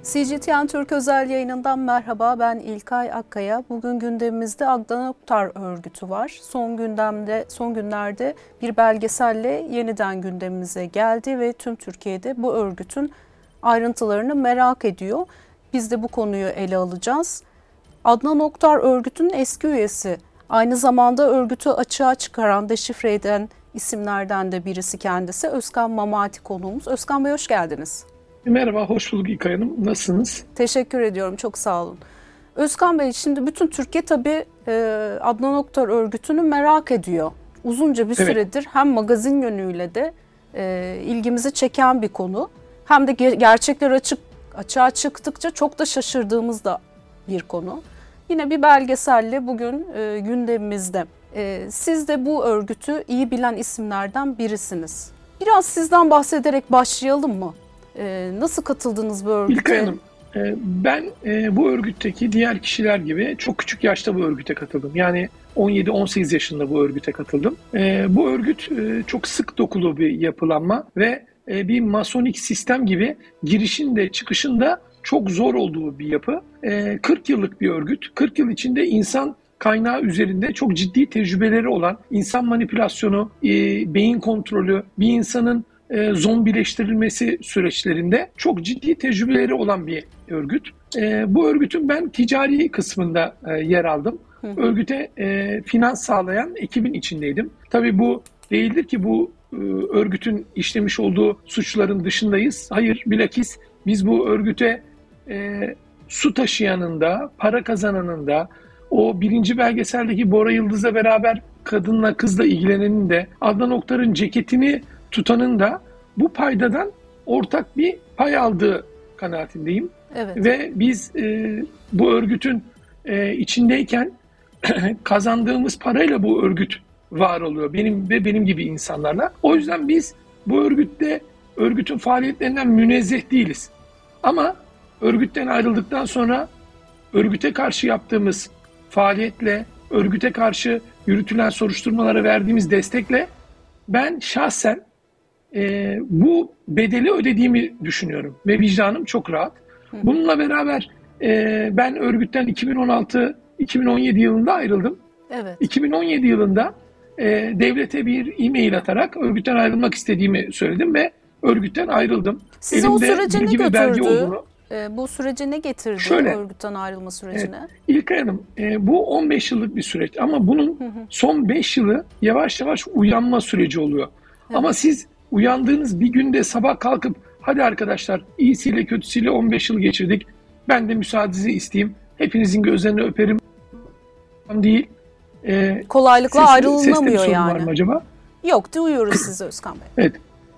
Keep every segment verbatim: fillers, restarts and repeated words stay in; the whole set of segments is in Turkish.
C G T N Türk özel yayınından merhaba, ben İlkay Akkaya. Bugün gündemimizde Adnan Oktar örgütü var. Son gündemde, son günlerde bir belgeselle yeniden gündemimize geldi ve tüm Türkiye'de bu örgütün ayrıntılarını merak ediyor. Biz de bu konuyu ele alacağız. Adnan Oktar örgütünün eski üyesi, aynı zamanda örgütü açığa çıkaran, deşifre eden isimlerden de birisi kendisi. Özkan Mamati konuğumuz. Özkan Bey, hoş geldiniz. Merhaba, hoş bulduk İlkay Hanım. Nasılsınız? Teşekkür ediyorum, çok sağ olun. Özkan Bey, şimdi bütün Türkiye tabii Adnan Oktar örgütünü merak ediyor. Uzunca bir süredir evet. hem magazin yönüyle de e, ilgimizi çeken bir konu. Hem de gerçekler açık açığa çıktıkça çok da şaşırdığımız da bir konu. Yine bir belgeselle bugün e, gündemimizde. E, siz de bu örgütü iyi bilen isimlerden birisiniz. Biraz sizden bahsederek başlayalım mı? Ee, nasıl katıldınız bu örgüte? İlkay Hanım, e, ben e, bu örgütteki diğer kişiler gibi çok küçük yaşta bu örgüte katıldım. Yani on yedi on sekiz yaşında bu örgüte katıldım. E, bu örgüt e, çok sık dokulu bir yapılanma ve e, bir masonik sistem gibi girişin de çıkışın da çok zor olduğu bir yapı. E, kırk yıllık bir örgüt. kırk yıl içinde insan kaynağı üzerinde çok ciddi tecrübeleri olan, insan manipülasyonu, e, beyin kontrolü, bir insanın E, zombileştirilmesi süreçlerinde çok ciddi tecrübeleri olan bir örgüt. E, bu örgütün ben ticari kısmında e, yer aldım. Hı hı. Örgüte e, finans sağlayan ekibin içindeydim. Tabii bu değildir ki bu e, örgütün işlemiş olduğu suçların dışındayız. Hayır, bilakis biz bu örgüte e, su taşıyanın da, para kazananın da, o birinci belgeseldeki Bora Yıldız'la beraber kadınla kızla ilgilenenin de, Adnan Oktar'ın ceketini tutanın da bu paydadan ortak bir pay aldığı kanaatindeyim. Evet. Ve biz e, bu örgütün e, içindeyken kazandığımız parayla bu örgüt var oluyor. Benim ve benim gibi insanlarla. O yüzden biz bu örgütte örgütün faaliyetlerinden münezzeh değiliz. Ama örgütten ayrıldıktan sonra örgüte karşı yaptığımız faaliyetle, örgüte karşı yürütülen soruşturmalara verdiğimiz destekle ben şahsen E, bu bedeli ödediğimi düşünüyorum ve vicdanım çok rahat. Bununla beraber e, ben örgütten iki bin on altı iki bin on yedi yılında ayrıldım. Evet. iki bin on yedi yılında e, devlete bir e-mail atarak örgütten ayrılmak istediğimi söyledim ve örgütten ayrıldım. Sizi o sürece ne götürdü? Olduğunu, e, bu sürece ne getirdi şöyle, örgütten ayrılma sürecine? Evet, İlkay Hanım, e, bu on beş yıllık bir süreç ama bunun hı hı. son beş yılı yavaş yavaş uyanma süreci oluyor. Evet. Ama siz uyandığınız bir günde sabah kalkıp hadi arkadaşlar iyisiyle kötüsüyle on beş yıl geçirdik, ben de müsaadenizi isteyeyim, hepinizin gözlerini öperim değil. Ee, Kolaylıkla ses, ayrılınamıyor yani. Var mı acaba? Yok, duyuyoruz sizi Özkan Bey. Evet.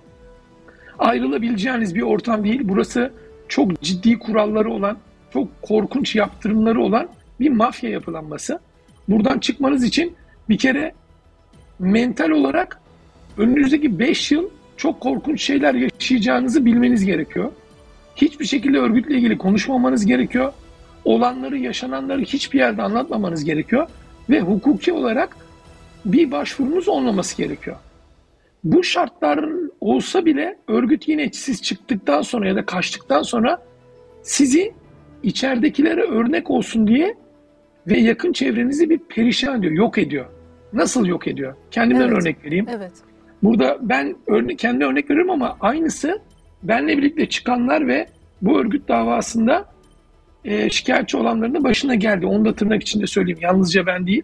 Ayrılabileceğiniz bir ortam değil. Burası çok ciddi kuralları olan, çok korkunç yaptırımları olan bir mafya yapılanması. Buradan çıkmanız için bir kere mental olarak önünüzdeki beş yıl çok korkunç şeyler yaşayacağınızı bilmeniz gerekiyor. Hiçbir şekilde örgütle ilgili konuşmamanız gerekiyor. Olanları, yaşananları hiçbir yerde anlatmamanız gerekiyor. Ve hukuki olarak bir başvurunuz olmaması gerekiyor. Bu şartlar olsa bile örgüt yine siz çıktıktan sonra ya da kaçtıktan sonra sizi içeridekilere örnek olsun diye ve yakın çevrenizi bir perişan ediyor, yok ediyor. Nasıl yok ediyor? Kendimden evet. örnek vereyim. Evet. Burada ben örne- kendi örnek veriyorum ama aynısı benle birlikte çıkanlar ve bu örgüt davasında e, şikayetçi olanların da başına geldi. Onu da tırnak içinde söyleyeyim. Yalnızca ben değil.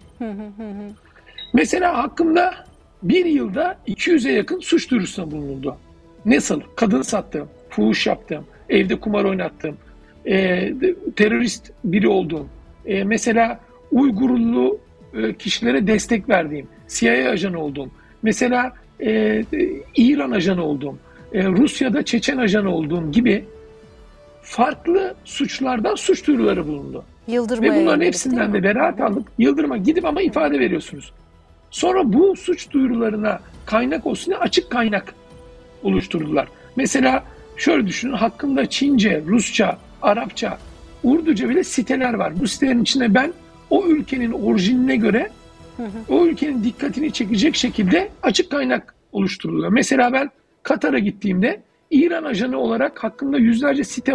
Mesela hakkımda bir yılda iki yüze yakın suç duyurusuna bulunuldu. Nasıl? Kadın sattığım, fuhuş yaptığım, evde kumar oynattığım, e, terörist biri olduğum, e, mesela Uygurlu e, kişilere destek verdiğim, C I A ajanı olduğum, mesela e, İran ajanı olduğum, e, Rusya'da Çeçen ajanı olduğum gibi farklı suçlardan suç duyuruları bulundu. Yıldırma'ya ve bunların hepsinden de beraat aldık. Yıldırım'a gidip ama ifade veriyorsunuz. Sonra bu suç duyurularına kaynak olsun diye açık kaynak oluşturdular. Mesela şöyle düşünün, hakkında Çince, Rusça, Arapça, Urduca bile siteler var. Bu sitelerin içinde ben o ülkenin orijinine göre hı hı. o ülkenin dikkatini çekecek şekilde açık kaynak oluşturuluyor. Mesela ben Katar'a gittiğimde İran ajanı olarak hakkında yüzlerce site var.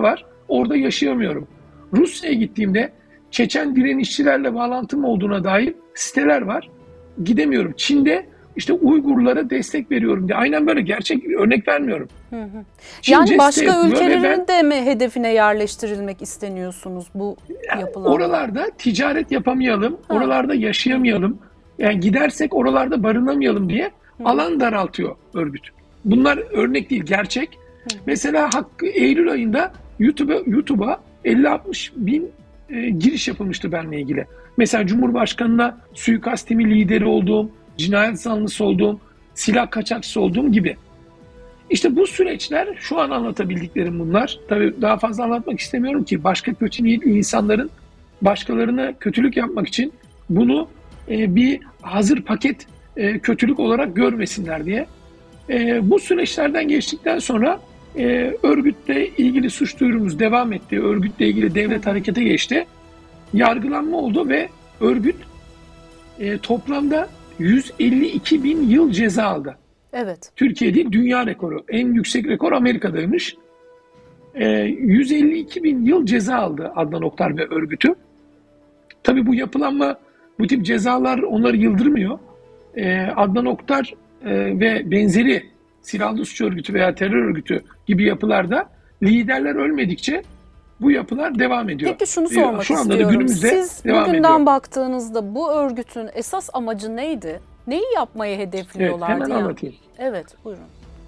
orada yaşayamıyorum. Rusya'ya gittiğimde Çeçen direnişçilerle bağlantım olduğuna dair siteler var. Gidemiyorum. Çin'de işte Uygurlara destek veriyorum diye. Aynen böyle, gerçek bir örnek vermiyorum. Hı hı. Yani başka ülkelerin ben, de mi hedefine yerleştirilmek isteniyorsunuz bu yapılanma? Oralarda ticaret yapamayalım, ha. oralarda yaşayamayalım, yani gidersek oralarda barınamayalım diye hı. alan daraltıyor örgüt. Bunlar örnek değil, gerçek. Hı. Mesela Hakkı Eylül ayında YouTube'a YouTube'a elli altmış bin e, giriş yapılmıştı benimle ilgili. Mesela Cumhurbaşkanı'na suikastimi lideri olduğum, cinayet zanlısı olduğum, silah kaçakçısı olduğum gibi. İşte bu süreçler, şu an anlatabildiklerim bunlar. Tabii daha fazla anlatmak istemiyorum ki başka kötü niyetli insanların başkalarına kötülük yapmak için bunu e, bir hazır paket e, kötülük olarak görmesinler diye. E, bu süreçlerden geçtikten sonra e, örgütle ilgili suç duyurumuz devam etti. Örgütle ilgili devlet harekete geçti. Yargılanma oldu ve örgüt e, toplamda yüz elli iki bin yıl ceza aldı. Evet. Türkiye değil, dünya rekoru. En yüksek rekor Amerika'daymış. E, yüz elli iki bin yıl ceza aldı Adnan Oktar ve örgütü. Tabii bu yapılanma, bu tip cezalar onları yıldırmıyor. E, Adnan Oktar e, ve benzeri silahlı suç örgütü veya terör örgütü gibi yapılarda liderler ölmedikçe bu yapılar devam ediyor. Peki şunu sormak Şu anda istiyorum. Da günümüzde Siz bugünden baktığınızda bu örgütün esas amacı neydi? Neyi yapmayı hedefliyorlardı? Evet, hemen yani? anlatayım. Evet, buyurun.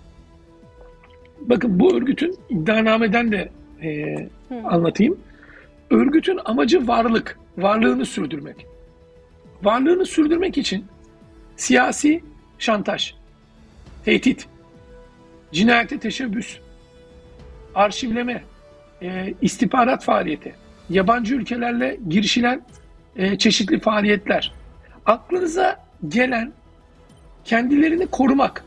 Bakın, bu örgütün iddianameden de e, anlatayım. Örgütün amacı varlık, varlığını sürdürmek. Varlığını sürdürmek için siyasi şantaj, tehdit, cinayete teşebbüs, arşivleme, e, istihbarat faaliyeti, yabancı ülkelerle girişilen e, çeşitli faaliyetler, aklınıza gelen kendilerini korumak,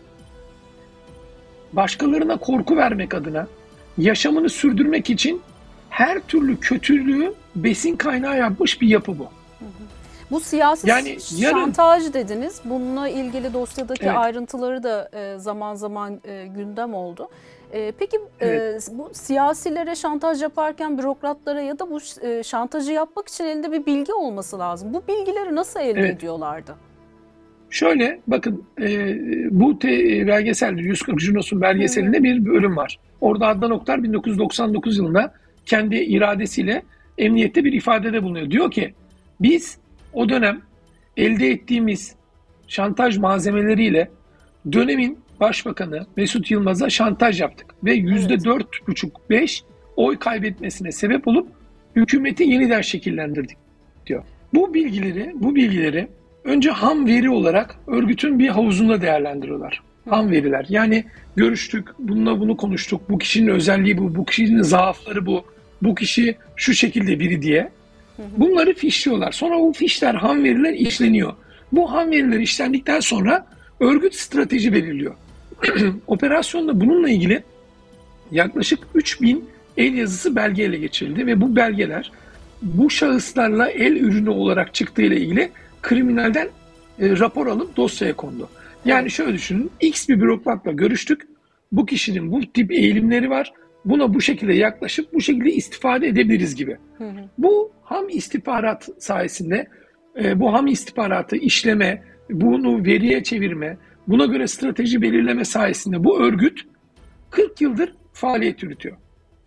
başkalarına korku vermek adına yaşamını sürdürmek için her türlü kötülüğü besin kaynağı yapmış bir yapı bu. Bu siyasi yani yarın, şantaj dediniz. Bununla ilgili dosyadaki evet. ayrıntıları da e, zaman zaman e, gündem oldu. E, peki evet. e, bu siyasilere şantaj yaparken bürokratlara ya da bu e, şantajı yapmak için elinde bir bilgi olması lazım. Bu bilgileri nasıl elde evet. ediyorlardı? Şöyle bakın, e, bu te, belgesel yüz kırk Junos'un belgeselinde bir bölüm var. Orada Adnan Oktar bin dokuz yüz doksan dokuz yılında kendi iradesiyle emniyette bir ifadede bulunuyor. Diyor ki, biz o dönem elde ettiğimiz şantaj malzemeleriyle dönemin başbakanı Mesut Yılmaz'a şantaj yaptık ve yüzde dört buçuk beş oy kaybetmesine sebep olup hükümeti yeniden şekillendirdik diyor. Bu bilgileri, bu bilgileri önce ham veri olarak örgütün bir havuzunda değerlendiriyorlar. Ham veriler. Yani görüştük, bununla bunu konuştuk, bu kişinin özelliği bu, bu kişinin zaafları bu, bu kişi şu şekilde biri diye. Bunları fişliyorlar. Sonra bu fişler, ham veriler işleniyor. Bu ham veriler işlendikten sonra örgüt strateji belirliyor. Operasyonda bununla ilgili yaklaşık üç bin el yazısı belge ele geçirildi ve bu belgeler bu şahıslarla el ürünü olarak çıktığı ile ilgili kriminalden e, rapor alıp dosyaya kondu. Yani evet. şöyle düşünün, X bir bürokratla görüştük. Bu kişinin bu tip eğilimleri var. Buna bu şekilde yaklaşıp bu şekilde istifade edebiliriz gibi. Hı hı. Bu ham istihbarat sayesinde e, bu ham istihbaratı işleme, bunu veriye çevirme, buna göre strateji belirleme sayesinde bu örgüt kırk yıldır faaliyet yürütüyor.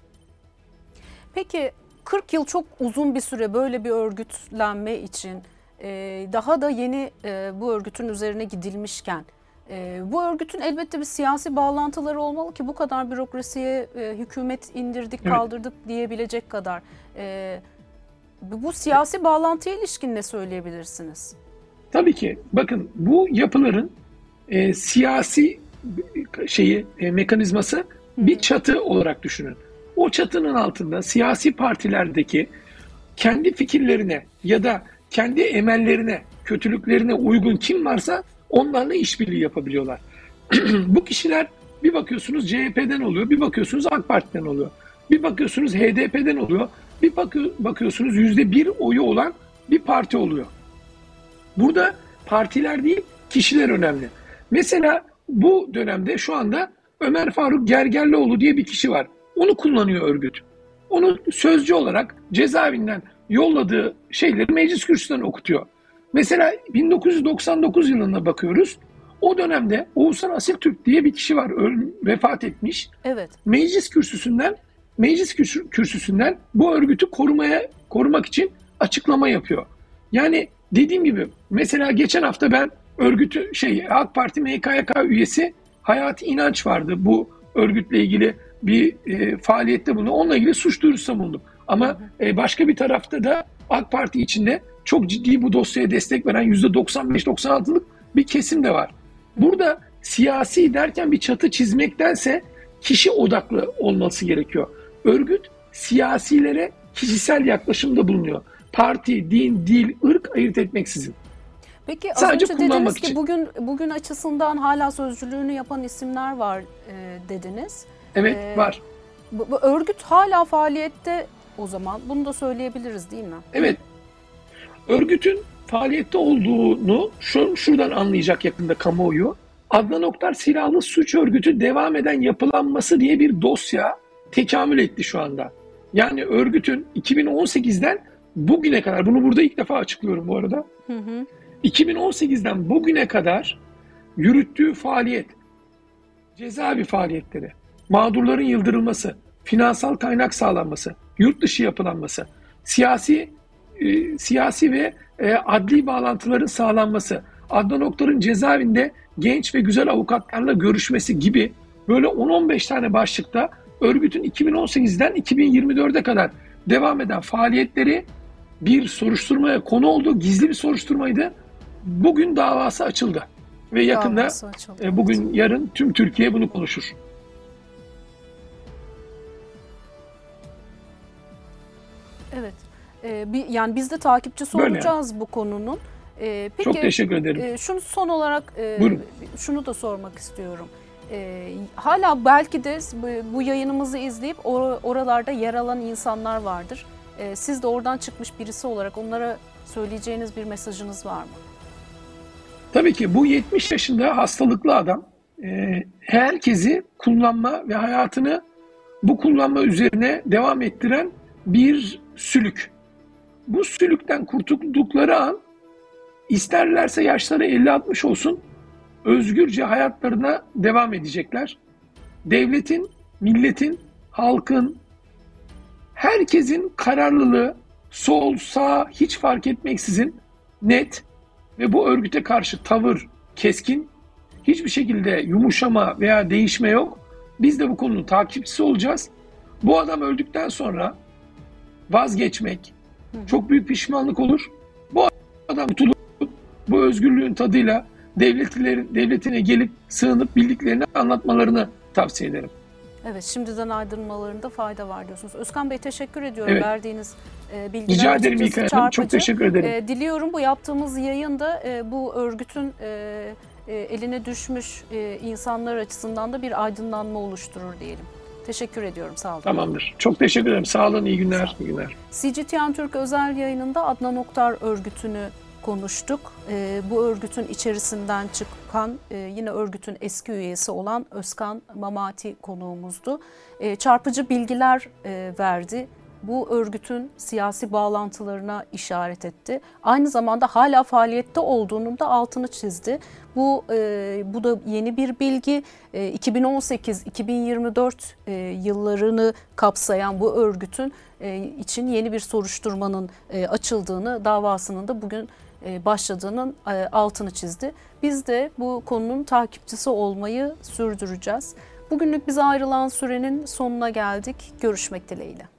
Peki kırk yıl çok uzun bir süre böyle bir örgütlenme için, daha da yeni bu örgütün üzerine gidilmişken, bu örgütün elbette bir siyasi bağlantıları olmalı ki bu kadar bürokrasiye hükümet indirdik, kaldırdık evet. diyebilecek kadar. Bu siyasi bağlantıya ilişkin ne söyleyebilirsiniz? Tabii ki. Bakın, bu yapıların e, siyasi şeyi e, mekanizması Hı. bir çatı olarak düşünün. O çatının altında siyasi partilerdeki kendi fikirlerine ya da kendi emellerine, kötülüklerine uygun kim varsa onlarla işbirliği yapabiliyorlar. Bu kişiler bir bakıyorsunuz C H P'den oluyor, bir bakıyorsunuz AK Parti'den oluyor, bir bakıyorsunuz H D P'den oluyor, bir bakıyorsunuz yüzde bir oyu olan bir parti oluyor. Burada partiler değil, kişiler önemli. Mesela bu dönemde şu anda Ömer Faruk Gergerlioğlu diye bir kişi var. Onu kullanıyor örgüt. onu sözcü olarak cezaevinden yolladığı şeyleri meclis kürsüsünden okutuyor. Mesela bin dokuz yüz doksan dokuz yılına bakıyoruz. O dönemde Oğuzhan Asiltürk diye bir kişi var, öl, vefat etmiş. Evet. Meclis kürsüsünden meclis kürsüsünden bu örgütü korumaya korumak için açıklama yapıyor. Yani dediğim gibi mesela geçen hafta ben örgütü şey AK Parti M K Y K üyesi Hayati İnanç vardı. Bu örgütle ilgili bir e, faaliyette bulundu. Onunla ilgili suç duyurusunda bulundum. Ama e, başka bir tarafta da AK Parti içinde çok ciddi bu dosyaya destek veren yüzde doksan beş doksan altılık bir kesim de var. Burada siyasi derken bir çatı çizmektense kişi odaklı olması gerekiyor. Örgüt siyasilere kişisel yaklaşımda bulunuyor. Parti, din, dil, ırk ayırt etmeksizin. Peki az Sadece önce dediniz ki için. bugün bugün açısından hala sözcülüğünü yapan isimler var e, dediniz. Evet e, var. Bu, bu örgüt hala faaliyette o zaman. Bunu da söyleyebiliriz değil mi? Evet. Örgütün faaliyette olduğunu şu, şuradan anlayacak yakında kamuoyu. Adnan Oktar Silahlı Suç Örgütü devam eden yapılanması diye bir dosya tekamül etti şu anda. Yani örgütün iki bin on sekizden bugüne kadar, bunu burada ilk defa açıklıyorum bu arada. Hı hı. iki bin on sekizden bugüne kadar yürüttüğü faaliyet, cezaevi faaliyetleri, mağdurların yıldırılması, finansal kaynak sağlanması, yurt dışı yapılanması, siyasi e, siyasi ve e, adli bağlantıların sağlanması, Adnan Oktar'ın cezaevinde genç ve güzel avukatlarla görüşmesi gibi böyle on on beş tane başlıkta örgütün iki bin on sekizden iki bin yirmi dörde kadar devam eden faaliyetleri bir soruşturmaya konu oldu. Gizli bir soruşturmaydı. Bugün davası açıldı. Ve yakında açıldı, e, bugün evet. Yarın tüm Türkiye bunu konuşur. Evet. Ee, bir, yani biz de takipçisi Böyle olacağız yani. Bu konunun. Ee, peki, Çok teşekkür ederim. E, şunu son olarak e, şunu da sormak istiyorum. E, hala belki de bu yayınımızı izleyip or oralarda yer alan insanlar vardır. E, siz de oradan çıkmış birisi olarak onlara söyleyeceğiniz bir mesajınız var mı? Tabii ki bu yetmiş yaşında hastalıklı adam e, herkesi kullanma ve hayatını bu kullanma üzerine devam ettiren bir sülük. Bu sülükten kurtuldukları an İsterlerse yaşları elli altmış olsun, özgürce hayatlarına devam edecekler. Devletin, milletin, halkın, herkesin kararlılığı, sol, sağ hiç fark etmeksizin net ve bu örgüte karşı tavır keskin, hiçbir şekilde yumuşama veya değişme yok. Biz de bu konunun takipçisi olacağız. Bu adam öldükten sonra vazgeçmek çok büyük pişmanlık olur. Bu adam tutulup bu özgürlüğün tadıyla devletlerin devletine gelip sığınıp bildiklerini anlatmalarını tavsiye ederim. Evet, şimdiden aydınmalarında fayda var diyorsunuz. Özkan Bey teşekkür ediyorum evet. Verdiğiniz e, bilgiler. Rica ederim İlkay Hanım. Çok teşekkür ederim. E, diliyorum bu yaptığımız yayında e, bu örgütün e, e, eline düşmüş e, insanlar açısından da bir aydınlanma oluşturur diyelim. Teşekkür ediyorum. Sağ olun. Tamamdır. Çok teşekkür ederim. Sağ olun. İyi günler. İyi günler. C G T N Türk özel yayınında Adnan Oktar örgütünü konuştuk. E, bu örgütün içerisinden çıkan e, yine örgütün eski üyesi olan Özkan Mamati konuğumuzdu. E, çarpıcı bilgiler e, verdi. Bu örgütün siyasi bağlantılarına işaret etti. Aynı zamanda hala faaliyette olduğunun da altını çizdi. Bu e, bu da yeni bir bilgi. E, iki bin on sekiz iki bin yirmi dört e, yıllarını kapsayan bu örgütün e, için yeni bir soruşturmanın e, açıldığını, davasının da bugün e, başladığının e, altını çizdi. Biz de bu konunun takipçisi olmayı sürdüreceğiz. Bugünlük bize ayrılan sürenin sonuna geldik. Görüşmek dileğiyle.